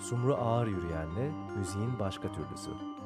Sumru Ağır Yürüyen'le müziğin başka türlüsü.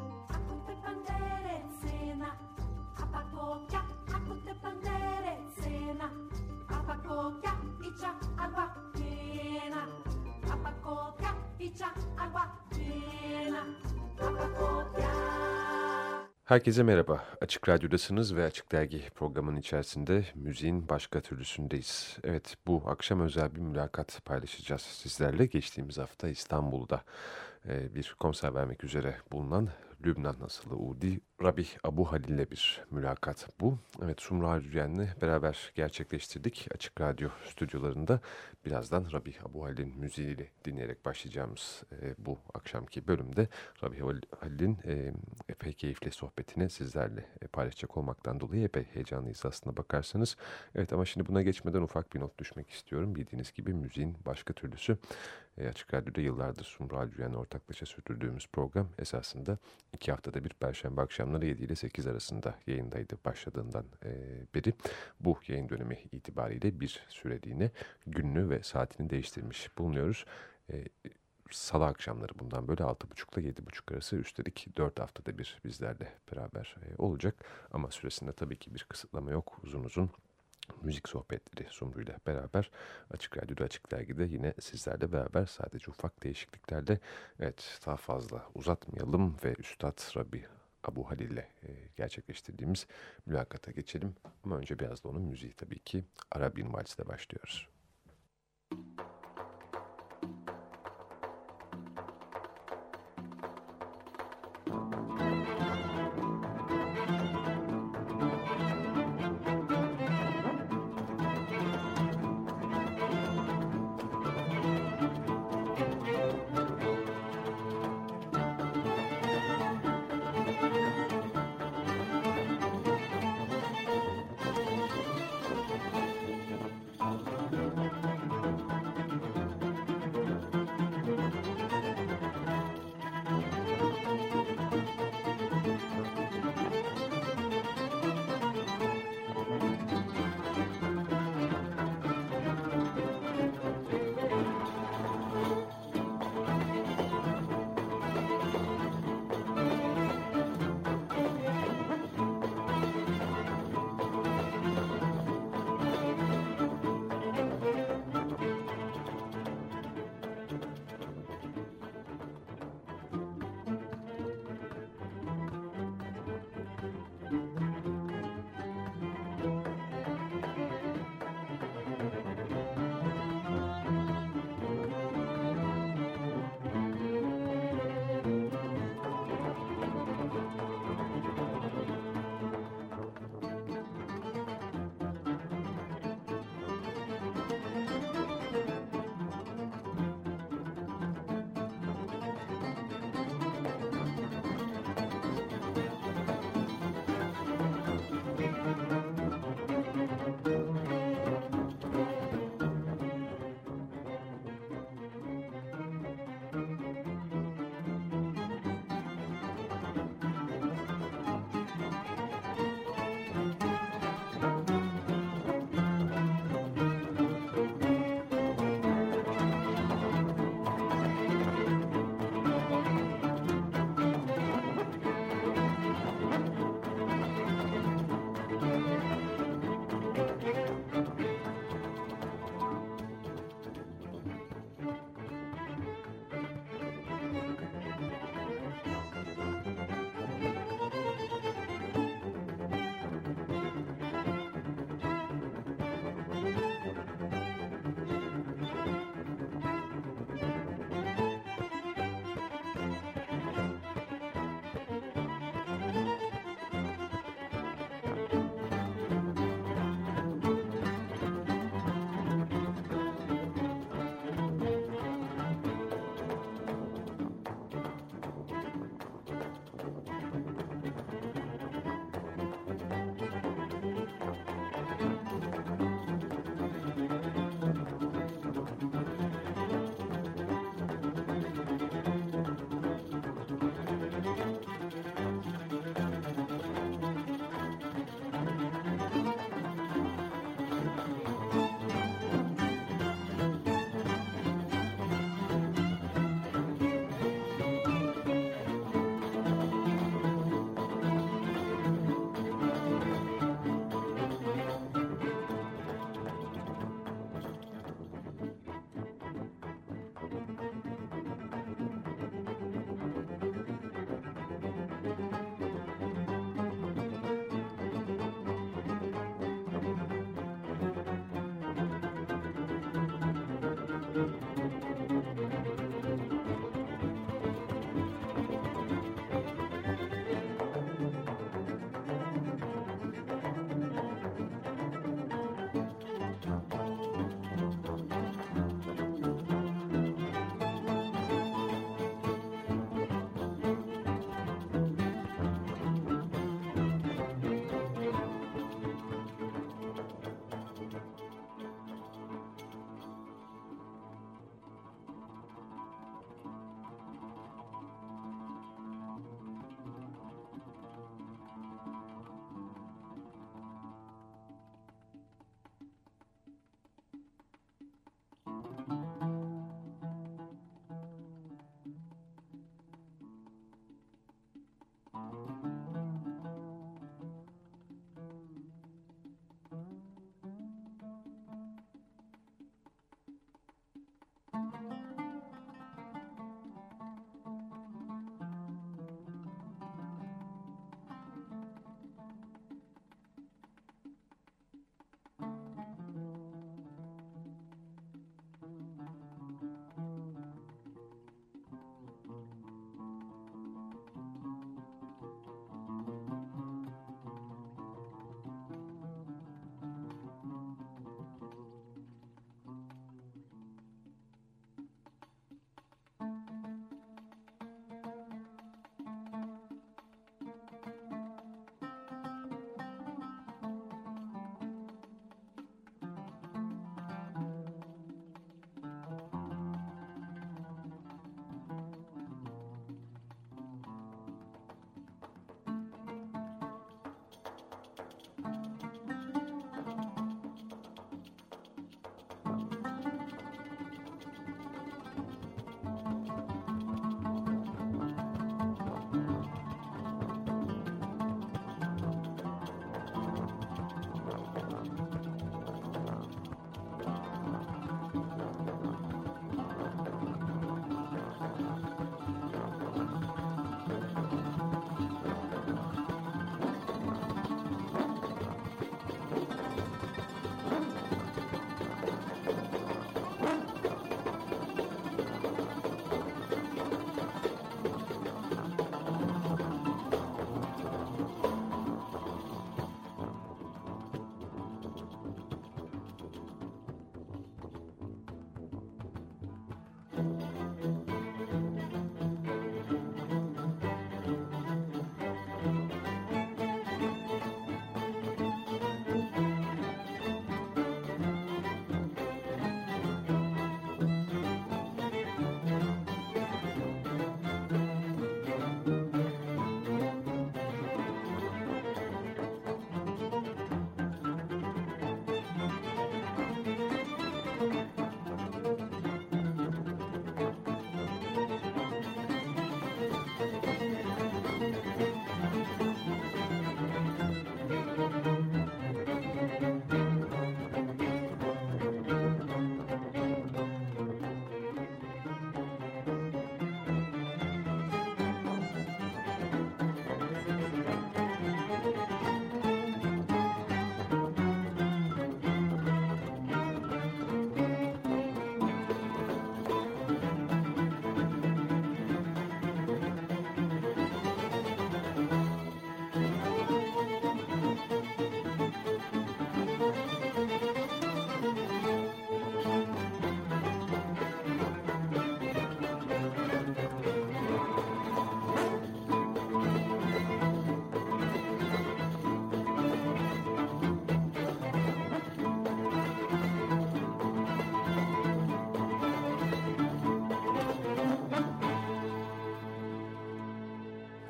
Herkese merhaba. Açık Radyo'dasınız ve Açık Dergi programının içerisinde müziğin başka türlüsündeyiz. Evet, bu akşam özel bir mülakat paylaşacağız sizlerle. Geçtiğimiz hafta İstanbul'da bir konser vermek üzere bulunan Lübnan asıllı Udi Rabih Abu Halil ile bir mülakat bu. Evet, Sumru Ağır Yürüyen'le beraber gerçekleştirdik Açık Radyo stüdyolarında. Birazdan Rabih Abu Halil'in müziğiyle dinleyerek başlayacağımız bu akşamki bölümde Rabih Halil'in epey keyifli sohbetini sizlerle paylaşacak olmaktan dolayı epey heyecanlıyız aslında bakarsanız. Evet, ama şimdi buna geçmeden ufak bir not düşmek istiyorum. Bildiğiniz gibi müziğin başka türlüsü Açık Radyo'da yıllardır Sumru Ağır Yürüyen'le ortaklaşa sürdürdüğümüz program esasında 2 haftada bir Perşembe akşamları 7 ile 8 arasında yayındaydı başladığından beri. Bu yayın dönemi itibariyle bir süreliğine gününü ve saatini değiştirmiş bulunuyoruz. Salı akşamları bundan böyle 6.30 ile 7.30 arası, üstelik 4 haftada bir bizlerle beraber olacak. Ama süresinde tabii ki bir kısıtlama yok. Uzun uzun müzik sohbetleri Sumru ile beraber Açık Radyo'da, Açık Dergi'de yine sizlerle beraber, sadece ufak değişikliklerle. Evet, daha fazla uzatmayalım ve Üstad Rabih Abu Halil ile gerçekleştirdiğimiz mülakata geçelim. Ama önce biraz da onun müziği tabii ki. Arabian Vals ile başlıyoruz.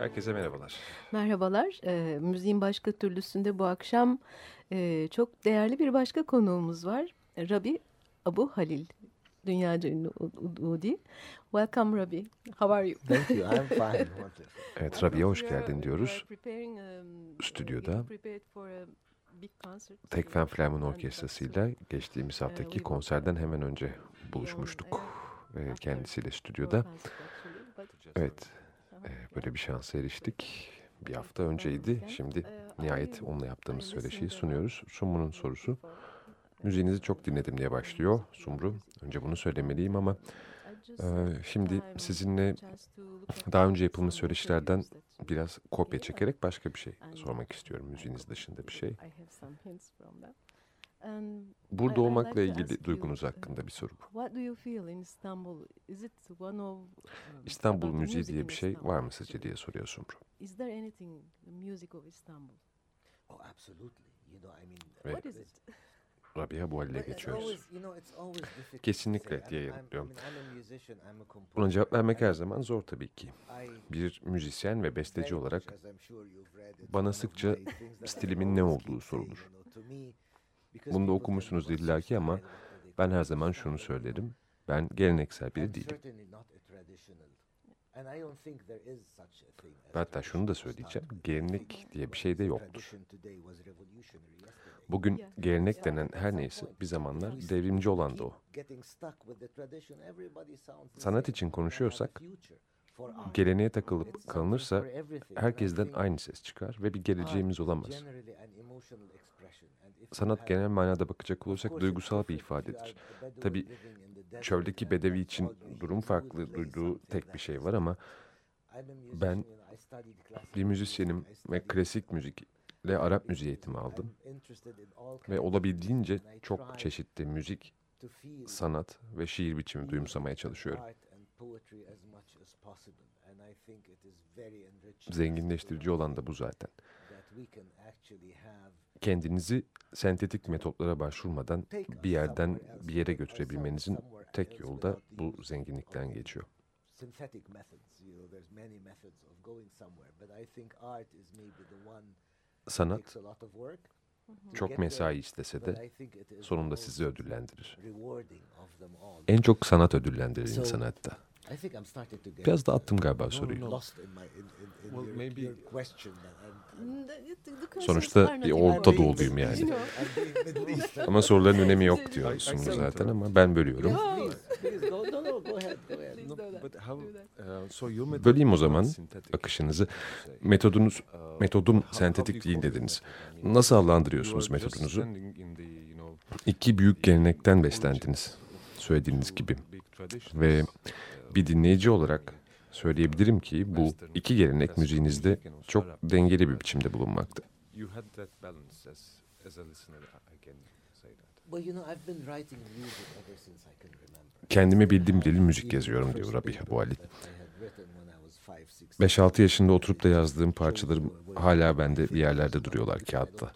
Herkese merhabalar. Merhabalar. Müziğin başka türlüsünde bu akşam çok değerli bir başka konuğumuz var. Rabi Abu Halil, dünyaca ünlü Udi. Welcome Rabi. How are you? Thank you. I'm fine. Wonderful. Evet, Rabi'ye hoş geldin diyoruz. Stüdyoda Tekfen Flamen Orkestrası'yla geçtiğimiz haftaki konserden hemen önce buluşmuştuk kendisiyle stüdyoda. Evet, böyle bir şansa eriştik. Bir hafta önceydi. Şimdi nihayet onunla yaptığımız söyleşiyi sunuyoruz. Sumru'nun sorusu. Müziğinizi çok dinledim diye başlıyor Sumru. Önce bunu söylemeliyim ama şimdi sizinle daha önce yapılmış söyleşilerden biraz kopya çekerek başka bir şey sormak istiyorum. Müziğiniz dışında bir şey. Burada olmakla ilgili duygunuz hakkında bir soru bu. İstanbul müziği diye bir şey var mı sizce diye soruyor Sumru. Oh, absolutely. You know, I mean, Ve What is it? Rabia bu halde it's geçiyoruz. always, you know, it's always difficult Kesinlikle to say. diye I'm yanıtlıyorum. I'm a musician, I'm a composer. Buna cevap vermek her zaman zor tabii ki. I Bir müzisyen ve besteci very olarak much, as I'm sure you've read it, bana one of sıkça my things that I stilimin ne always olduğu keep saying, sorulur. you know, to me, because Bunu da people okumuşsunuz tell me, illaki "What's your ama style? What do they ben call her it?" zaman şunu söylerim. Ben geleneksel biri I'm değilim. certainly not a traditional. And I don't think there is such a thing as Hatta şunu da traditional söyleyeceğim. style. Gelenek diye bir şey de yoktur. Tradition today was revolutionary yesterday. Bugün gelenek denen her neyse bir zamanlar devrimci olan da o. Sanat için konuşuyorsak, Geleneğe takılıp kalınırsa herkesten aynı ses çıkar ve bir geleceğimiz olamaz. Sanat genel manada bakacak olursak duygusal bir ifadedir. Tabii çöldeki bedevi için durum farklı, duyduğu tek bir şey var ama ben bir müzisyenim ve klasik müzikle Arap müziği eğitimi aldım. Ve olabildiğince çok çeşitli müzik, sanat ve şiir biçimi duyumsamaya çalışıyorum. Zenginleştirici olan da bu zaten. Kendinizi sentetik metotlara başvurmadan bir yerden bir yere götürebilmenizin tek yolu da bu zenginlikten geçiyor. Sanat çok mesai istese de sonunda sizi ödüllendirir. En çok sanat ödüllendirir insanı hatta. Biraz da attım galiba soruyu. Sonuçta bir Orta Doğuluyum yani. Ama soruların önemi yok diyor Sumru zaten ama ben bölüyorum. Böleyim o zaman akışınızı. Metodum sentetik değil dediniz. Nasıl adlandırıyorsunuz metodunuzu? İki büyük gelenekten beslendiniz, söylediğiniz gibi. Ve bir dinleyici olarak söyleyebilirim ki bu iki gelenek müziğinizde çok dengeli bir biçimde bulunmakta. Kendime bildiğim dili müzik yazıyorum diyor Rabi Abu Halil. 5-6 yaşında oturup da yazdığım parçalarım hala bende bir yerlerde duruyorlar kağıtta.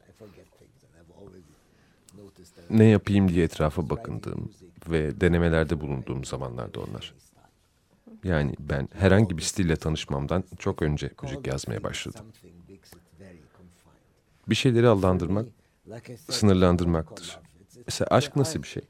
Ne yapayım diye etrafa bakındığım ve denemelerde bulunduğum zamanlarda onlar. Yani ben herhangi bir stille tanışmamdan çok önce müzik yazmaya başladım. Bir şeyleri adlandırmak, sınırlandırmaktır. Mesela aşk nasıl bir şey?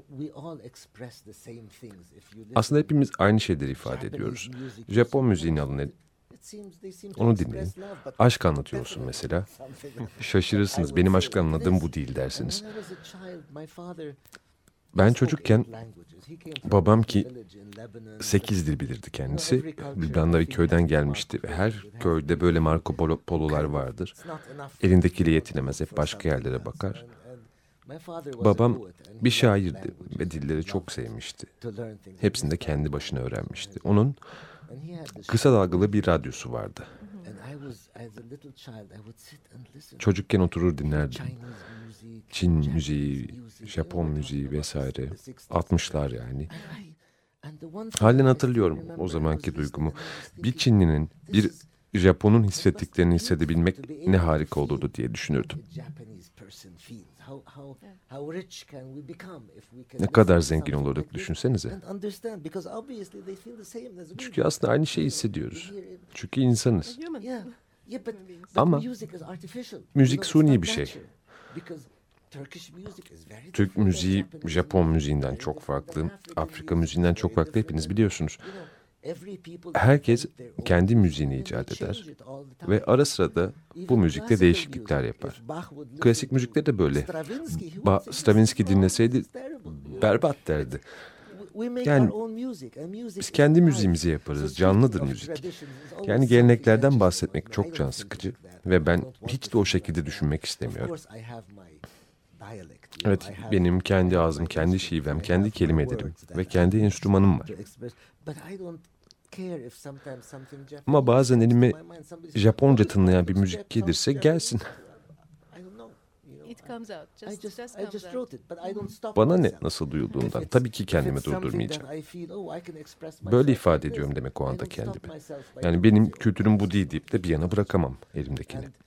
Aslında hepimiz aynı şeyleri ifade ediyoruz. Japon müziğini alın, onu dinleyin. Aşk anlatıyorsun mesela. Şaşırırsınız, benim aşkla anladığım bu değil dersiniz. Ben çocukken babam ki 8 dil bilirdi kendisi. Lübnan'da bir köyden gelmişti ve her köyde böyle Marco Polo'lar vardır. Elindekiyle yetinemez, hep başka yerlere bakar. Babam bir şairdi ve dilleri çok sevmişti. Hepsini de kendi başına öğrenmişti. Onun kısa dalgalı bir radyosu vardı. Çocukken oturur dinlerdim. Çin müziği, Japon müziği vesaire. 60'lar yani. Halen hatırlıyorum o zamanki duygumu. Bir Çinlinin, bir Japon'un hissettiklerini hissedebilmek ne harika olurdu diye düşünürdüm. person feels. How rich can we become if we can Ne kadar listen to zengin something olurduk like this düşünsenize. and understand, because obviously they feel the same as we Çünkü do. aslında aynı şeyi You know, hissediyoruz. we hear it. Çünkü insanız. Human. Yeah, but Ama music is artificial. müzik It's suni not bir şey. natural. Because Turkish music is very Türk different than müziği Japanese Japon music, müziğinden very çok different than farklı. African Afrika music, müziğinden çok very farklı. different Hepiniz than- biliyorsunuz. You know, every people Herkes develop their own kendi music müziğini and they icat eder change it all the time. ve ara sıra da bu Even müzikte classical değişiklikler music, yapar. if Bach would listen Klasik to müzikte de böyle. Stravinsky, he would say, "This is Stravinsky wrong, dinleseydi this is terrible." You know, berbat derdi. we make Yani our own music, and music biz is kendi alive. müziğimizi yaparız. So Canlıdır speaking of müzik. traditions is always Yani something geleneklerden interesting. bahsetmek I çok don't can think sıkıcı of that. ve I ben don't want hiç to de o think şekilde of that. düşünmek Of istemiyorum. course, I have my dialect, you Evet, know, I have benim kendi my ağzım, kendi instrument, şivem, I kendi have my kelimelerim words that ve I kendi use enstrümanım var. to express. But I don't care if sometimes something Japanese Ama bazen comes to elime my mind. Somebody says, Japonca "Oh, this tınlayan one bir looks müzik sounds gelirse Japanese." gelsin. I don't know. You know, It comes out. I Just just comes I just out. wrote it, but I don't stop Bana ne myself. nasıl If duyulduğundan it's- tabii ki if kendimi it's something durdurmayacağım. that I feel, "Oh, I can express Böyle myself ifade like ediyorum this," demek o I anda don't stop kendimi. myself by Yani doing benim it. kültürüm bu değil deyip de bir yana bırakamam elimdekini. And,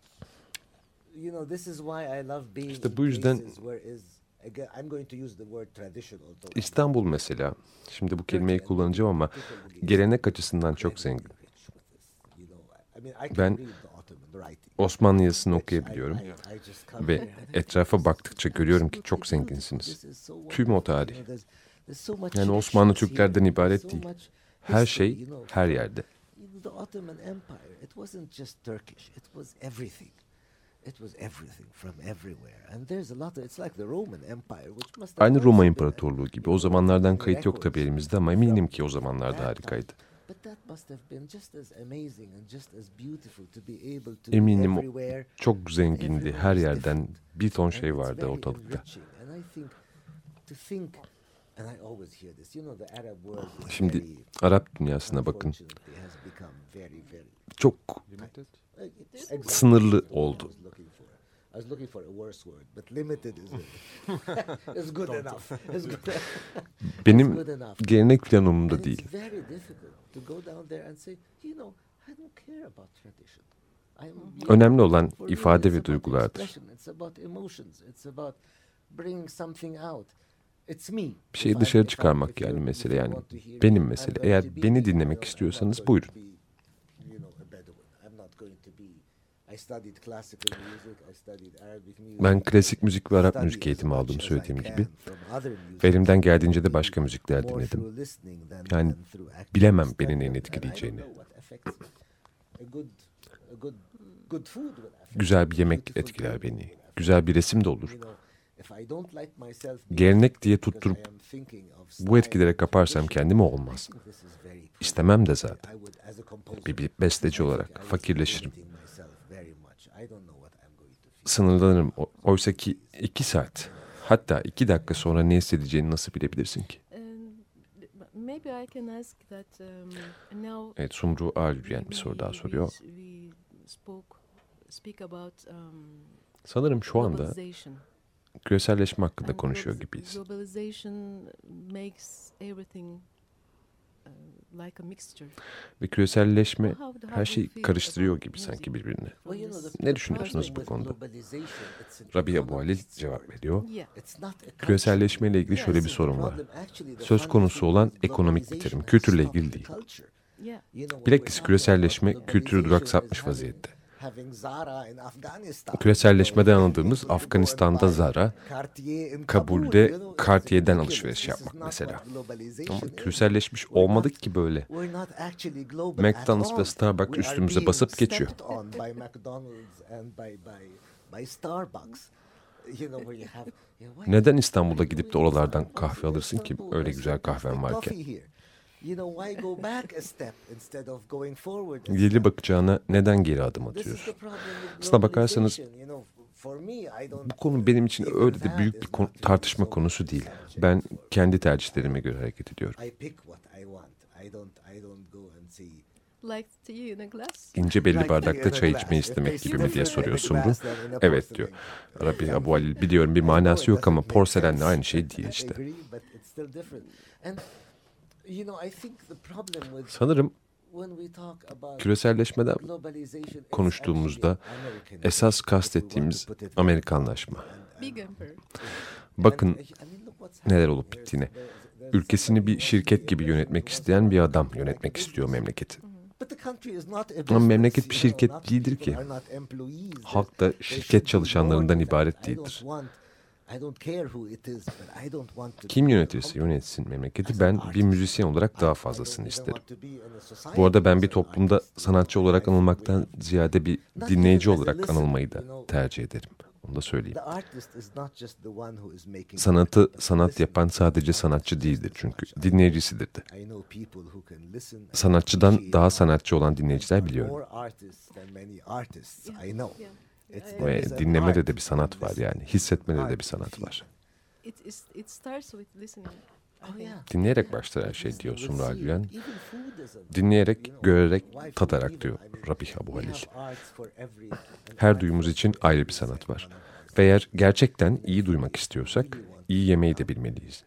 you know, this is why I love being İşte in bu yüzden places where is, again, I'm going to use the word traditional. although İstanbul mesela, şimdi bu kelimeyi Turkey, kullanacağım ama particularly gelenek açısından çok zengin. rich with this, you know. I mean, I can Ben read the Ottoman writing, Osmanlı yazısını which okuyabiliyorum I just come ve here and I think etrafa this is baktıkça görüyorum ki çok absolutely beautiful. zenginsiniz. This is so Tüm o wonderful. tarih. You know, there's so much Yani Osmanlı richness Türklerden here. ibaret There's so değil. much Her history, şey you know. her yerde. The Ottoman Empire, it wasn't just Turkish, it was everything. It was everything from everywhere. And there's a lot of, it's like the Roman Empire, which must have Aynı also Roma been İmparatorluğu gibi. O zamanlardan kayıt yok tabii elimizde ama eminim ki o zamanlarda harikaydı. But that must have been just as amazing and just as beautiful to be able to Eminim be everywhere. çok zengindi. Her yerden bir ton şey And it's vardı very ortalıkta. enriching. And I think to think, and I always hear this, you know, the Arab world is Şimdi very, Arap dünyasına bakın. unfortunately, has become very, very Çok Exactly. sınırlı oldu. I was looking for a worse word, but limited is good enough. Is good, Benim good enough. gelenek planımda And değil. it's very difficult to go down there and say, you know, I don't care about tradition. Önemli olan For me, ifade it's ve about duygulardır. expression, it's about emotions. It's about bringing something out. It's me. Bir şeyi If I- dışarı if I- çıkarmak if you- yani if mesele you yani. want to hear Benim me, mesele. I'm going Eğer to be beni me. dinlemek I'm not istiyorsanız going to buyurun. be, you know, a Bedouin. I'm not going to be. I studied classical music, I studied Arabic music. Ben klasik müzik ve Arap Studied müzik as eğitimi much aldım as I söylediğim can gibi. from other music. Ve elimden geldiğince de başka müzikler More dinledim. through listening than- Yani than through actually bilemem beni studying, neyin and I don't etkileyeceğini. know what affects me. Good food will affect Güzel me, bir yemek beautiful etkiler painting beni. will affect Güzel bir resim de me. olur. You know, if I don't like myself Gelenek diye because tutturup I am thinking of bu style etkilere and kaparsam tradition, kendime I olmaz. think this is very cruel. İstemem de zaten. I would, as a composer, Bir besteci I olarak think I would be fakirleşirim. limiting myself very much. I don't know what I'm going to feel. Sınırlanırım. Oysa ki 2 saat, hatta 2 dakika sonra ne hissedeceğini nasıl bilebilirsin ki? Maybe I can ask that now. Evet, Sumru Ağıryürüyen bir soru daha soruyor. We speak about Sanırım şu anda globalization. küreselleşme hakkında And konuşuyor gibiyiz. Globalization makes everything like a mixture. Ve küreselleşme How her do şeyi you feel karıştırıyor about gibi music sanki birbirine. from Well, you know, this the Ne düşünüyorsunuz bu problem konuda? with globalization, it's an Rabia Abu Halil economist's cevap word. veriyor. Yeah. It's not a culture. Küreselleşme ile ilgili şöyle bir sorun var. Söz konusu olan ekonomik bir terim, kültürle ilgili değil. Yeah. Bilakis küreselleşme kültürü duraksatmış vaziyette. Küreselleşmeden anladığımız Afganistan'da Zara, Kabul'de Cartier'den alışveriş yapmak mesela. Ama küreselleşmiş olmadık ki böyle. McDonald's ve Starbucks üstümüze basıp geçiyor. Neden İstanbul'a gidip de oralardan kahve alırsın ki öyle güzel kahven varken? İleri bakacağına neden geri adım atıyorsun? Aslına bakarsanız bu konu benim için öyle de büyük bir tartışma konusu değil. Ben kendi tercihlerime göre hareket ediyorum. Like tea in a glass. İnce belli bardakta çay içmeyi istemek gibi mi diye soruyor Sumru. Evet diyor. Rabia Abu Halil, biliyorum bir manası yok ama porselenle aynı şey değil işte. Sanırım Küreselleşmeden konuştuğumuzda esas kastettiğimiz Amerikanlaşma. Big Emperor. Bakın neler olup bittiğine. Ülkesini bir şirket gibi yönetmek isteyen bir adam yönetmek istiyor memleketi. Ama memleket bir şirket değildir ki. Halk da şirket çalışanlarından ibaret değildir. Kim yönetirse yönetsin memleketi, ben bir müzisyen olarak daha fazlasını isterim. Bu arada ben bir toplumda sanatçı olarak anılmaktan ziyade bir dinleyici olarak anılmayı da tercih ederim. Onu da söyleyeyim. Sanatı sanat yapan sadece sanatçı değildir çünkü dinleyicisidir de. Sanatçıdan daha sanatçı olan dinleyiciler biliyorum. Ve dinlemede de bir sanat var yani. Hissetmede de bir sanat var. It starts with listening. Dinleyerek başlar her şey diyor Sumru Gülen. Dinleyerek, görerek, tadarak diyor Rabih Abu Halil. Her duyumuz için ayrı bir sanat var. Ve eğer gerçekten iyi duymak istiyorsak iyi yemeyi de bilmeliyiz.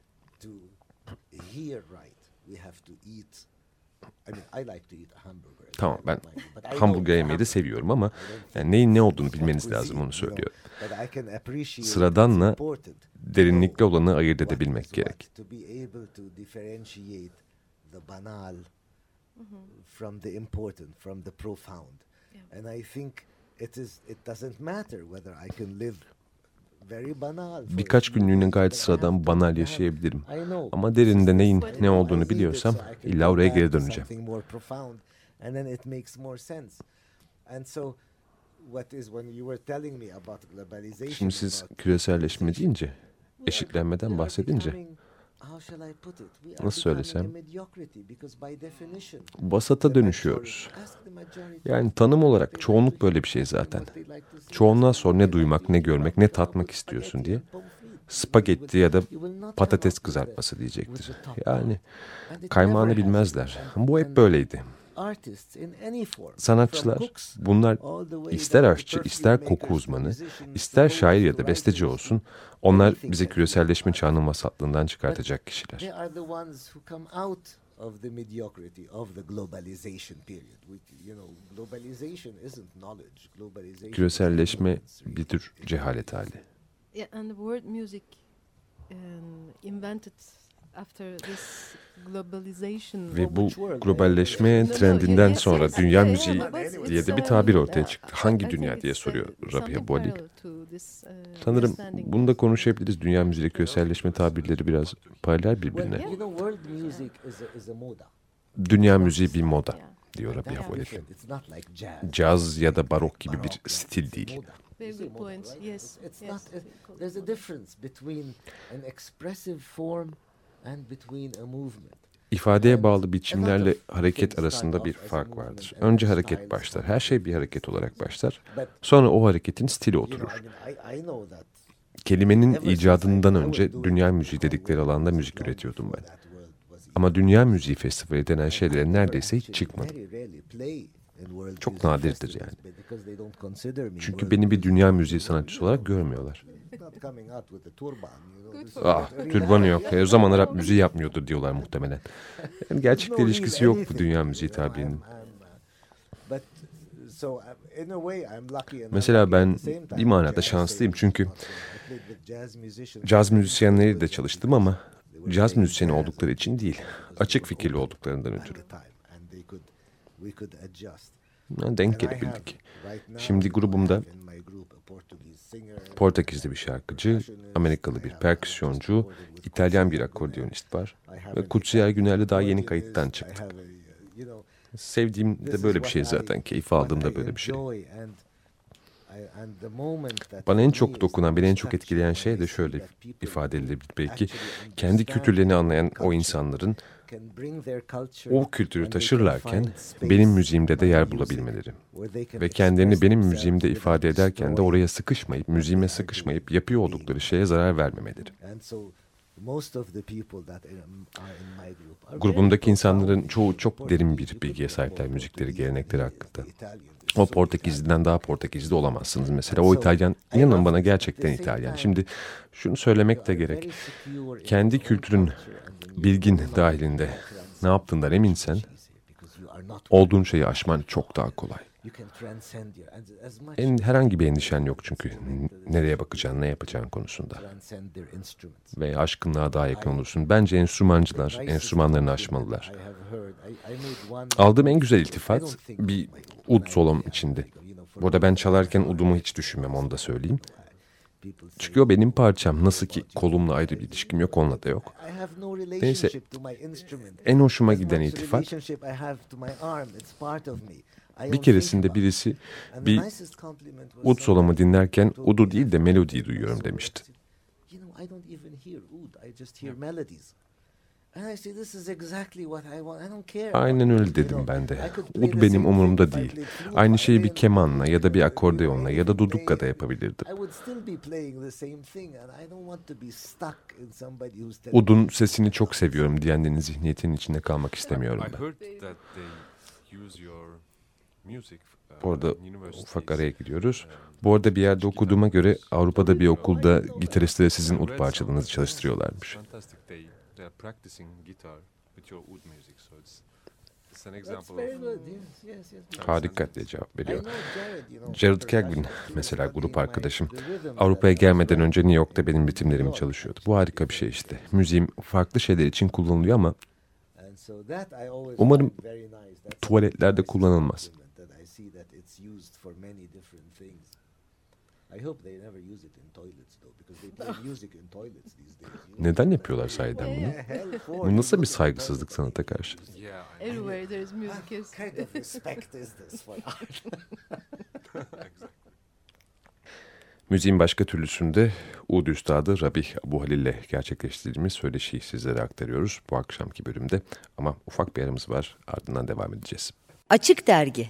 Tamam, ben hamburger yemeyi de seviyorum ama yani neyin ne olduğunu bilmeniz lazım, onu söylüyorum. Sıradanla derinlikli olanı ayırt edebilmek gerek. Birkaç günlüğüne gayet sıradan banal yaşayabilirim. Ama derinde neyin ne olduğunu biliyorsam illa oraya geri döneceğim. Şimdi siz küreselleşme deyince, eşitlenmeden bahsedince, nasıl söylesem, vasata dönüşüyoruz. Yani tanım olarak çoğunluk böyle bir şey zaten. Çoğunluğa sor ne duymak, ne görmek, ne tatmak istiyorsun diye. Spagetti ya da patates kızartması diyecektir. Yani kaymağını bilmezler. Bu hep böyleydi. Sanatçılar, bunlar ister aşçı, ister koku uzmanı, ister şair ya da besteci olsun, onlar bize küreselleşme çağının vasatlığından çıkartacak kişiler. Küreselleşme bir tür cehalet hali. Yeah, and the word music invented after this globalization. Ve bu globalleşme trendinden sonra dünya müziği diye de bir tabir ortaya çıktı. Hangi dünya diye soruyor Rabia Boali. Sanırım bunu da konuşabiliriz. Dünya müziği küreselleşme tabirleri biraz paralel birbirine. Dünya müziği bir moda diyor Rabia Boali. Caz ya da barok gibi bir stil değil. Very good point. Yes. There's a difference between an expressive form and between a movement. İfadeye bağlı biçimlerle hareket arasında bir fark vardır. Önce hareket başlar. Her şey bir hareket olarak başlar. Sonra o hareketin stili oturur. Kelimenin icadından önce dünya müziği dedikleri alanda müzik üretiyordum ben. Ama dünya müziği festivali denen şeylere neredeyse hiç çıkmadım. Çok nadirdir yani. Çünkü beni bir dünya müziği sanatçısı olarak görmüyorlar. Türbanı yok. O zaman Arap müziği yapmıyordur diyorlar muhtemelen. Yani gerçekle ilişkisi yok bu dünya müziği tabirinin. Mesela ben bir manada şanslıyım çünkü caz müzisyenleriyle de çalıştım ama caz müzisyeni oldukları için değil, açık fikirli olduklarından ötürü. Denk gelebildik. Şimdi grubumda Portekizli bir şarkıcı, Amerikalı bir perküsyoncu, İtalyan bir akordeonist var. Ve Kutsiyer Güner'le daha yeni kayıttan çıktık. Sevdiğim de böyle bir şey zaten, keyif aldığım da böyle bir şey. Bana en çok dokunan, beni en çok etkileyen şey de şöyle ifade edilebilir belki. Kendi kültürlerini anlayan o insanların o kültürü taşırlarken benim müziğimde de yer bulabilmeleri ve kendilerini benim müziğimde ifade ederken de oraya sıkışmayıp, müziğime sıkışmayıp yapıyor oldukları şeye zarar vermemeleri. Grubumdaki insanların çoğu çok derin bir bilgiye sahipler müzikleri, gelenekleri hakkında. O Portekizli'den daha Portekizli olamazsınız mesela. O İtalyan, inanın bana gerçekten İtalyan. Şimdi şunu söylemek de gerek. Kendi kültürün bilgin dahilinde ne yaptığından eminsen olduğun şeyi aşman çok daha kolay. Herhangi bir endişen yok çünkü nereye bakacağın, ne yapacağın konusunda. Ve aşkınlığa daha yakın olursun. Bence enstrümancılar enstrümanlarını aşmalılar. Aldığım en güzel iltifat bir ud solom içindi. Burada ben çalarken udumu hiç düşünmem, onu da söyleyeyim. Çünkü o benim parçam. Nasıl ki kolumla ayrı bir ilişkim yok, onunla da yok. Neyse, en hoşuma giden iltifat, bir keresinde birisi bir ud solomu dinlerken udu değil de melodiyi duyuyorum demişti. Aynen öyle dedim ben de. Ud benim umurumda değil. Aynı şeyi bir kemanla ya da bir akordeonla ya da dudukla da yapabilirdim. Udun sesini çok seviyorum diyenlerin zihniyetinin içinde kalmak istemiyorum ben. Bu arada ufak araya gidiyoruz. Bu arada bir yerde okuduğuma göre Avrupa'da bir okulda gitaristlere sizin ud parçalarınızı çalıştırıyorlarmış. Harika diye cevap veriyor. Jared Kagwin mesela grup arkadaşım. Avrupa'ya gelmeden önce New York'ta benim ritimlerimi çalışıyordu. Bu harika bir şey işte. Müziğim farklı şeyler için kullanılıyor ama umarım tuvaletlerde kullanılmaz. Neden yapıyorlar sahiden bunu? Bu nasıl bir saygısızlık sanata karşı? Everywhere there is music. Müziğin başka türlüsünde ud üstadı Rabih Abu Halil ile gerçekleştirdiğimiz söyleşiyi sizlere aktarıyoruz bu akşamki bölümde. Ama ufak bir aramız var, ardından devam edeceğiz. Açık Dergi.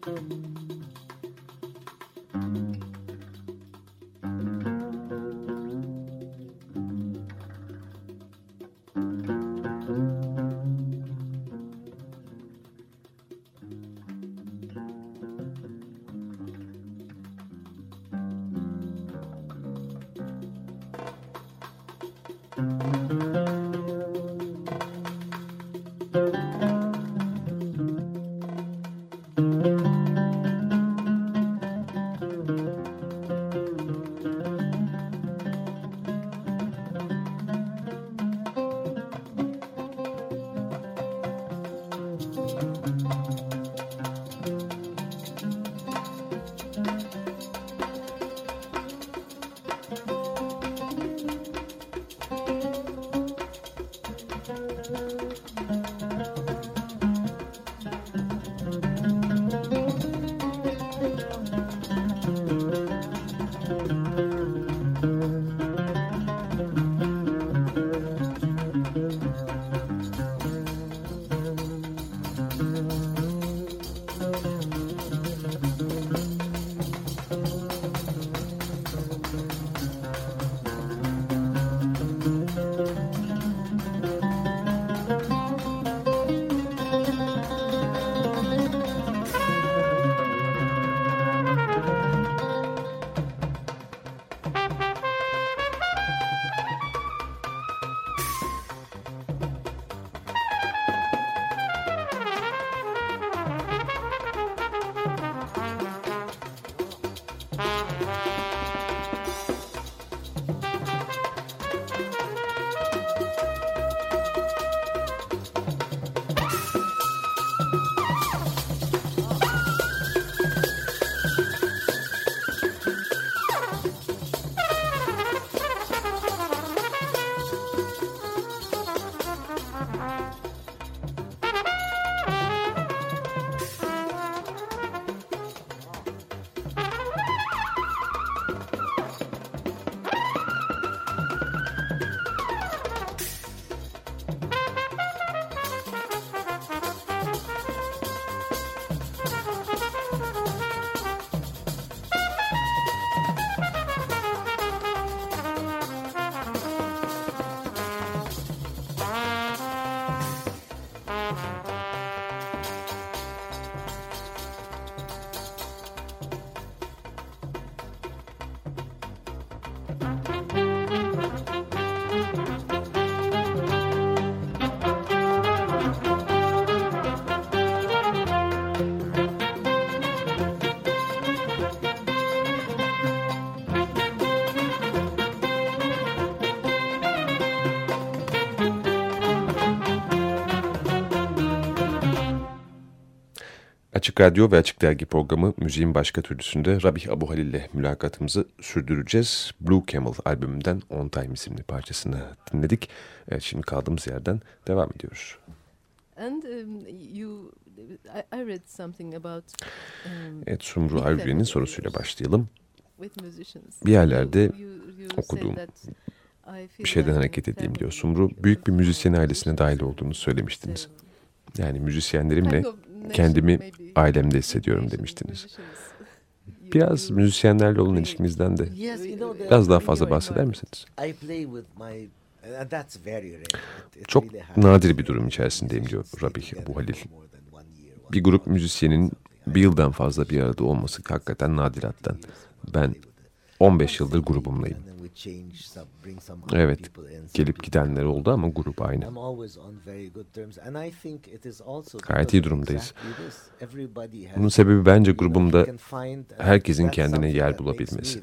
Açık Radyo ve Açık Dergi programı Müziğin Başka Türlüsü'nde Rabih Abu Halil ile mülakatımızı sürdüreceğiz. Blue Camel albümünden On Time isimli parçasını dinledik. Evet, şimdi kaldığımız yerden devam ediyoruz. And I read something about Evet, Sumru Argüen'in sorusuyla başlayalım. with musicians. Bir yerlerde You okuduğum said that I feel bir şeyden like hareket a edeyim diyor. family Sumru, büyük bir because müzisyen of ailesine dahil musicians. olduğunu söylemiştiniz. It's, Yani müzisyenlerimle kind of nation, kendimi maybe. ailemde hissediyorum Nation, demiştiniz. musicians. Biraz müzisyenlerle olan ilişkinizden de Yes, you know, biraz daha fazla bahseder misiniz? I play with my, and that's very rare. It Çok really happens. nadir bir durum içerisindeyim diyor Rabih Abu Halil. Bir grup müzisyenin bir yıldan fazla bir arada olması hakikaten nadirattan. Ben 15 yıldır grubumlayım. Evet, gelip gidenler oldu ama grup aynı. Gayet iyi durumdayız. Bunun sebebi bence grubumda herkesin kendine yer bulabilmesi.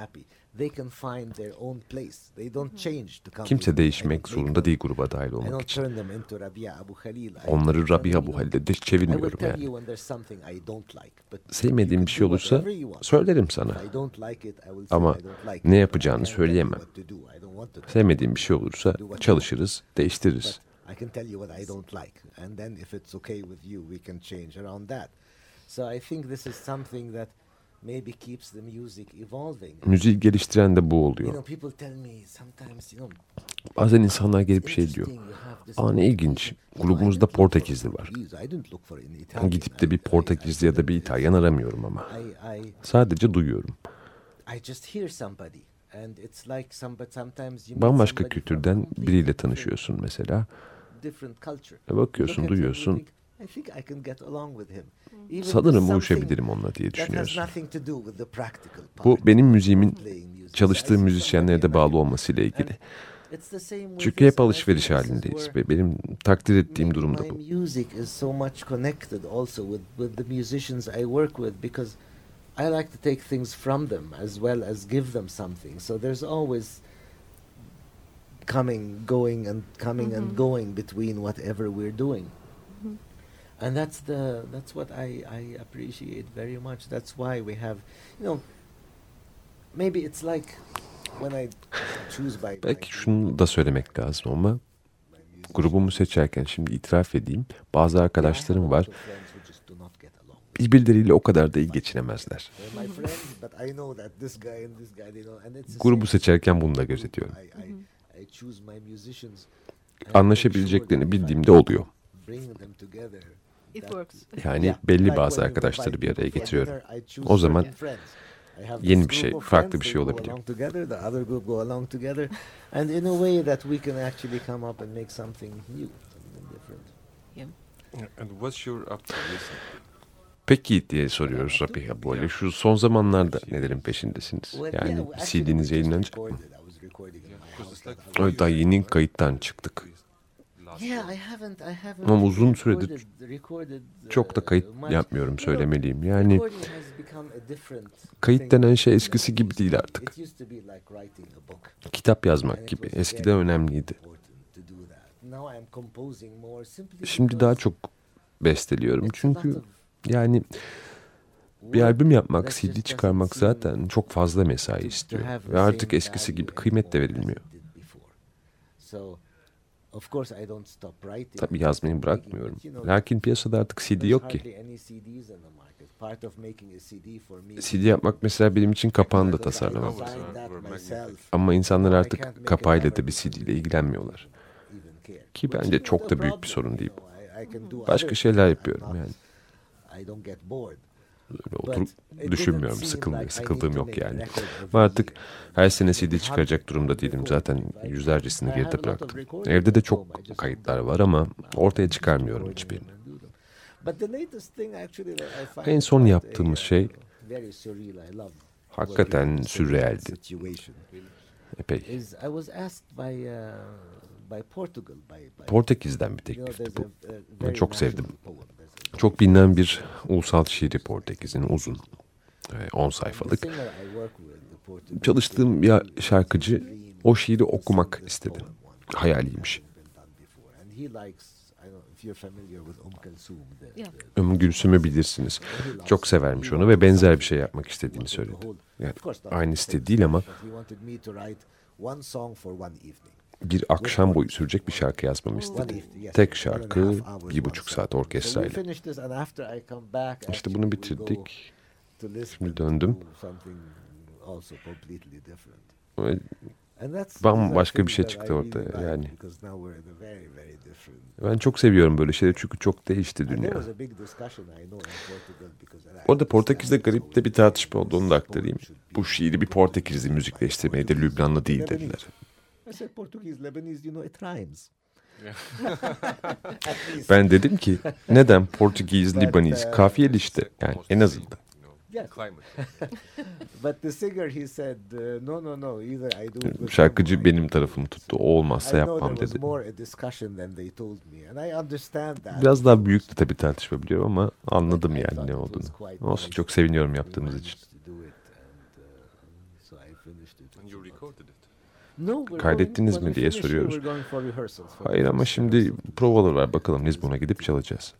Kimse değişmek zorunda değil gruba dahil olmak için. Onları Rabih Abu Halil'e de çevirmiyorum yani. Sevmediğim bir şey olursa söylerim sana. Ama ne yapacağını söyleyemem. Sevmediğim bir şey olursa çalışırız, değiştiririz. I can tell you what I don't like, and then if it's okay with you, we can change around that. So I think this is something that maybe keeps the music evolving. Müziği geliştiren de bu You oluyor. know, people tell me sometimes, you know, Bazen insanlar gelip it's şey diyor. interesting you have this Aa ne ilginç. You know, I Grubumuzda didn't look for Portekizli var. Portuguese, I didn't look for an Italian. Gidip de bir Portekizli ya da bir İtalyan aramıyorum ama. Sadece duyuyorum. I just hear somebody and it's like sometimes you meet Bambaşka somebody from kültürden completely biriyle different- tanışıyorsun mesela. different culture. Bakıyorsun, You look at him, you duyuyorsun. think, I think I can get along with him. Even Sanırım there's uyuşabilirim onunla diye something that has düşünüyorsun. nothing to do with the practical Bu part benim of müziğimin playing music. çalıştığım I see müzisyenlere de somebody bağlı and I- olmasıyla ilgili. It's the same with Çünkü this, hep and I alışveriş think this is halindeyiz where ve benim takdir ettiğim durum da my bu. music is so much connected also with the musicians I work with, because I like to take things from them as well as give them something. So there's always going and going between whatever we're doing. And that's what I appreciate very much. That's why we have, you know, maybe it's like when I choose by Belki şunu da söylemek lazım ama grubumu seçerken şimdi itiraf edeyim. Bazı arkadaşlarım var. Birbirleriyle o kadar da iyi geçinemezler. Grubu seçerken bunu da gözetiyorum. Anlaşabileceklerini bildiğimde oluyor. It works. Yani belli bazı arkadaşları bir araya getiriyorum. O zaman yeni bir şey, farklı bir şey olabiliyor. And in a way that we can actually come up and make something new, something different. And what's your up to Peki diye soruyoruz Rabia böyle. Şu son zamanlarda nelerin peşindesiniz? Yani bir CD'niz yayınlanacak mı? Daha yeni kayıttan çıktık. Ama uzun süredir çok da kayıt yapmıyorum söylemeliyim. Yani kayıt denen şey eskisi gibi değil artık. Kitap yazmak gibi. Eskiden önemliydi. Şimdi daha çok besteliyorum. Çünkü yani bir albüm yapmak, CD çıkarmak zaten çok fazla mesai istiyor. Ve artık eskisi gibi kıymet de verilmiyor. Tabii yazmayı bırakmıyorum. Lakin piyasada artık CD yok ki. CD yapmak mesela benim için kapağını da tasarlamam. Ama insanlar artık kapağıyla da bir CD ile ilgilenmiyorlar. Ki bence çok da büyük bir sorun değil bu. Başka şeyler yapıyorum yani. Öyle oturup düşünmüyorum, sıkıldığım yok yani. Ama artık her sene CD çıkaracak durumda değilim. Zaten yüzlercesini geride bıraktım. Evde de çok kayıtlar var ama ortaya çıkarmıyorum hiçbirini. En son yaptığımız şey hakikaten sürrealdi. Epey. Portekiz'den bir teklifti bu. Ben çok sevdim. Çok bilinen bir ulusal şiiri Portekiz'in, uzun. 10 sayfalık. Çalıştığım bir şarkıcı o şiiri okumak istedi. Hayaliymiş. Gülsüm'ü bilirsiniz. Çok severmiş onu ve benzer bir şey yapmak istediğini söyledi. Yani aynı stil değil ama bir akşam boyu sürecek bir şarkı yazmamı istedi. Tek şarkı, 1,5 saat orkestrayla. İşte bunu bitirdik. Şimdi döndüm. Ve bambaşka bir şey çıktı ortaya yani. Ben çok seviyorum böyle şeyleri çünkü çok değişti dünya. Orada Portekiz'de garip de bir tartışma oldu, onu da aktarayım. Bu şiiri bir Portekizli müzikleştirmeyi de Lübnanlı değil dediler. Ben dedim ki neden Portekiz, Libanese, kafiyeli işte yani en azından. Şarkıcı benim tarafımı tuttu. O olmazsa yapmam dedi. Biraz daha büyüktü tabii tartışma biliyorum ama anladım yani ne olduğunu. Olsun, çok seviniyorum yaptığımız için. Kaydettiniz mi diye soruyoruz. Hayır ama şimdi provalar var, bakalım Lizbon'a gidip çalacağız.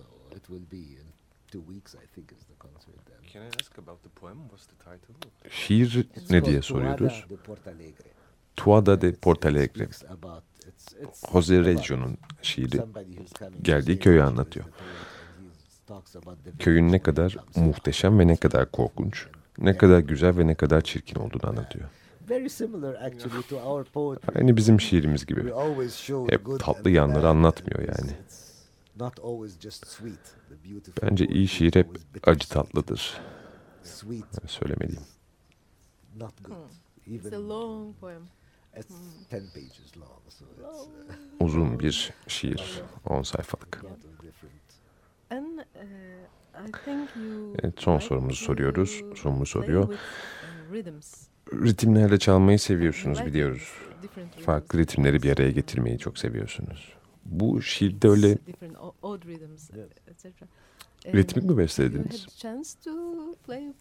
Şiir ne diye soruyoruz. Tuada de Portalegre. Jose Reggio'nun şiiri. Geldiği köyü anlatıyor. talks about the köyün ne kadar muhteşem ve ne kadar korkunç, ne kadar güzel ve ne kadar çirkin olduğunu anlatıyor. very similar actually to our poetry. Aynı bizim şiirimiz We gibi. always show the Hep good tatlı and the yanları bad. anlatmıyor It's- yani. it's not always just sweet. The beautiful Bence iyi poetry şiir is hep always bitter acı tatlıdır. Sweet, Söylemeliyim. not good. It's Even a long poem. it's 10 pages long, so it's Uzun bir şiir, 10 sayfalık. a lot of different. And I think you Evet, son like sorumuzu to soruyoruz. Sorumuz play soruyor. with, rhythms. Ritimlerle çalmayı You seviyorsunuz like biliyoruz. different rhythms. Farklı ritimleri bir araya getirmeyi çok seviyorsunuz. Bu şiirde öyle Different odd rhythms, Yes. etc. ritmik mi You beslediniz? had chance to play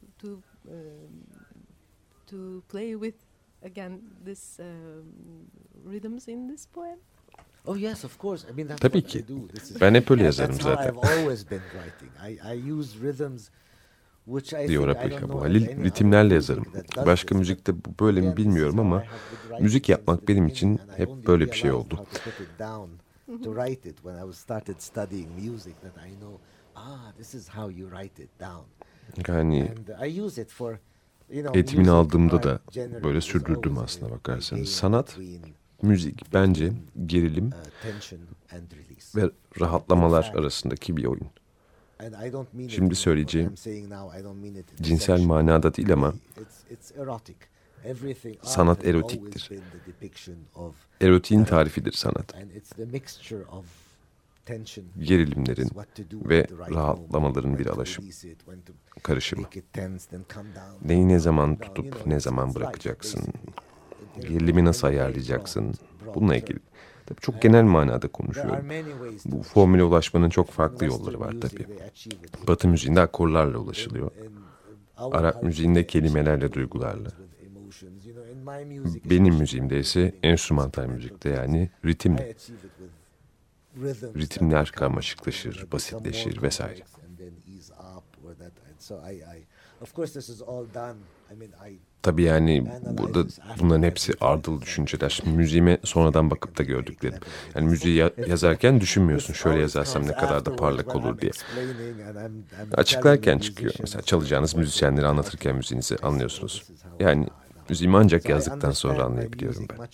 to play with again this rhythms in this poem. Oh yes, of course. I mean that's Tabii what ki. I do. This is Ben hep öyle that's yazarım how zaten. I've always been writing. I use rhythms which I Diyor think I Rabih don't Abu know Halil. of any Ritimlerle other yazarım. music that does Başka this, müzikte but bu böyle mi again, this is bilmiyorum how ama I have been writing müzik since yapmak the benim beginning, için and I hep only böyle bir şey realized oldu. how to put it down, to write it when I started studying music, that I know, this is how you write it down. Yani And I use it for, eğitimini music aldığımda art da generally böyle is sürdürdüm always aslına a bakarsanız. game Sanat, between, müzik bence gerilim tension and release. ve rahatlamalar arasındaki bir oyun. And I don't mean it Şimdi in söyleyeceğim what I'm saying now, I don't mean it in a cinsel sexual manada değil ama It's erotic. Everything art sanat has erotiktir. always been the depiction of, erotiğin tarifidir sanat. and it's the mixture of tension, Gerilimlerin what to do ve at the right rahatlamaların moment, bir when to alaşım, release it, when to karışımı. make it tense, then come down, Neyi ne down, zaman down, tutup ne zaman it's life, bırakacaksın, basically. gerilimi nasıl In a very ayarlayacaksın, broad bununla term. ilgili. Tabii çok genel manada There are konuşuyorum. many ways to Bu achieve formüle it. ulaşmanın çok farklı In yolları var Western tabii. music, they achieve it. Batı müziğinde akorlarla ulaşılıyor. Our Arap culture, müziğinde they achieve kelimelerle, it duygularla. with emotions. In my music, Benim especially, müziğimde ise including enstrümantal instrumental müzikte pieces, yani I ritimle. achieve it with rhythms Ritimler that become, karmaşıklaşır, become basitleşir more vesaire. complex and then ease up or that. And so of course this is all done. I mean, Tabii yani burada bunların hepsi ardıl düşünceler. Müziğime sonradan bakıp da gördüklerim. Yani müziği yazarken düşünmüyorsun şöyle yazarsam ne kadar da parlak olur diye. Açıklarken çıkıyor. Mesela çalacağınız müzisyenleri anlatırken müziğinizi anlıyorsunuz. Yani müziğimi ancak yazdıktan sonra anlayabiliyorum ben.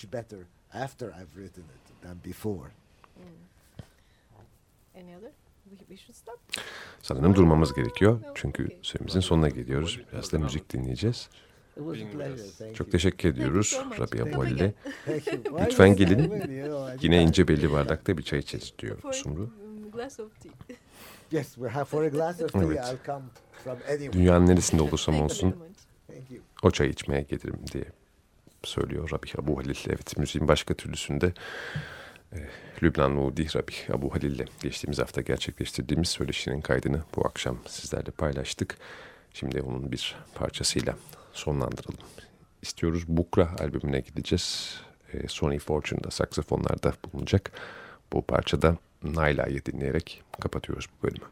Any other? We should stop. Sanırım durmamız gerekiyor. Çünkü süremizin sonuna geliyoruz. Biraz da müzik dinleyeceğiz. Çok teşekkür ediyoruz Rabih Abu Halil'e. Lütfen gelin. Yine ince belli bardakta bir çay içeceğiz diyor For Sumru. glass of tea. Yes, we have for a glass of tea. Evet. I'll come from anywhere. Dünyanın neresinde olursam Thank you very olsun much. Thank you. o çayı içmeye gelirim diye söylüyor Rabih Abu Halil. Evet, müziğin başka türlüsünde Lübnanlı Udi Rabih Abu Halil'le geçtiğimiz hafta gerçekleştirdiğimiz söyleşinin kaydını bu akşam sizlerle paylaştık. Şimdi onun bir parçasıyla sonlandıralım istiyoruz. Bukra albümüne gideceğiz. Sonny Fortune'da saksafonlarda bulunacak. Bu parçada Naila'yı dinleyerek kapatıyoruz bu bölümü.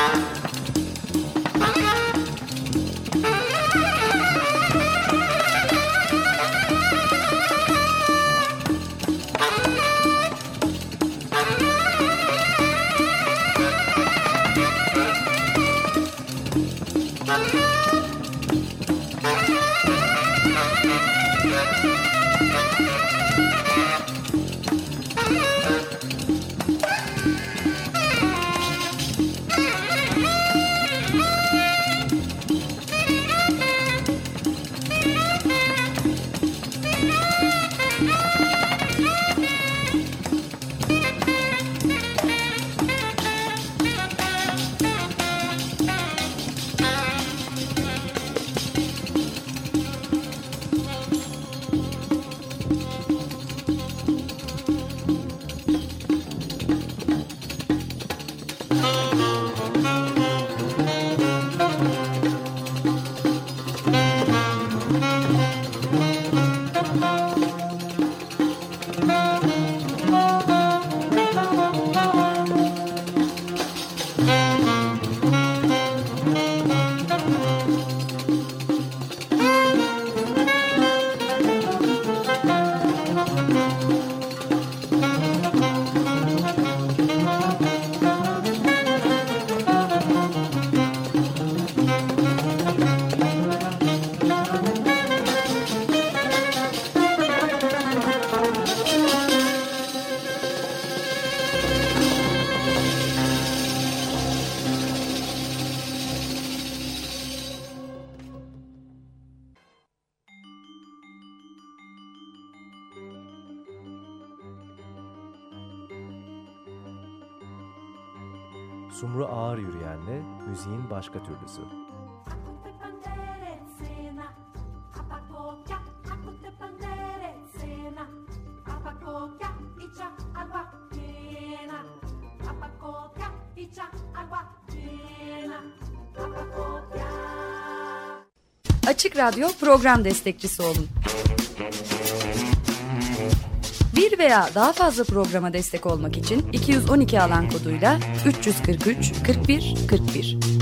Sumru Ağır Yürüyen'le müziğin başka türlüsü. Açık Radyo program destekçisi olun. Bir veya daha fazla programa destek olmak için 212 alan koduyla 343 41 41.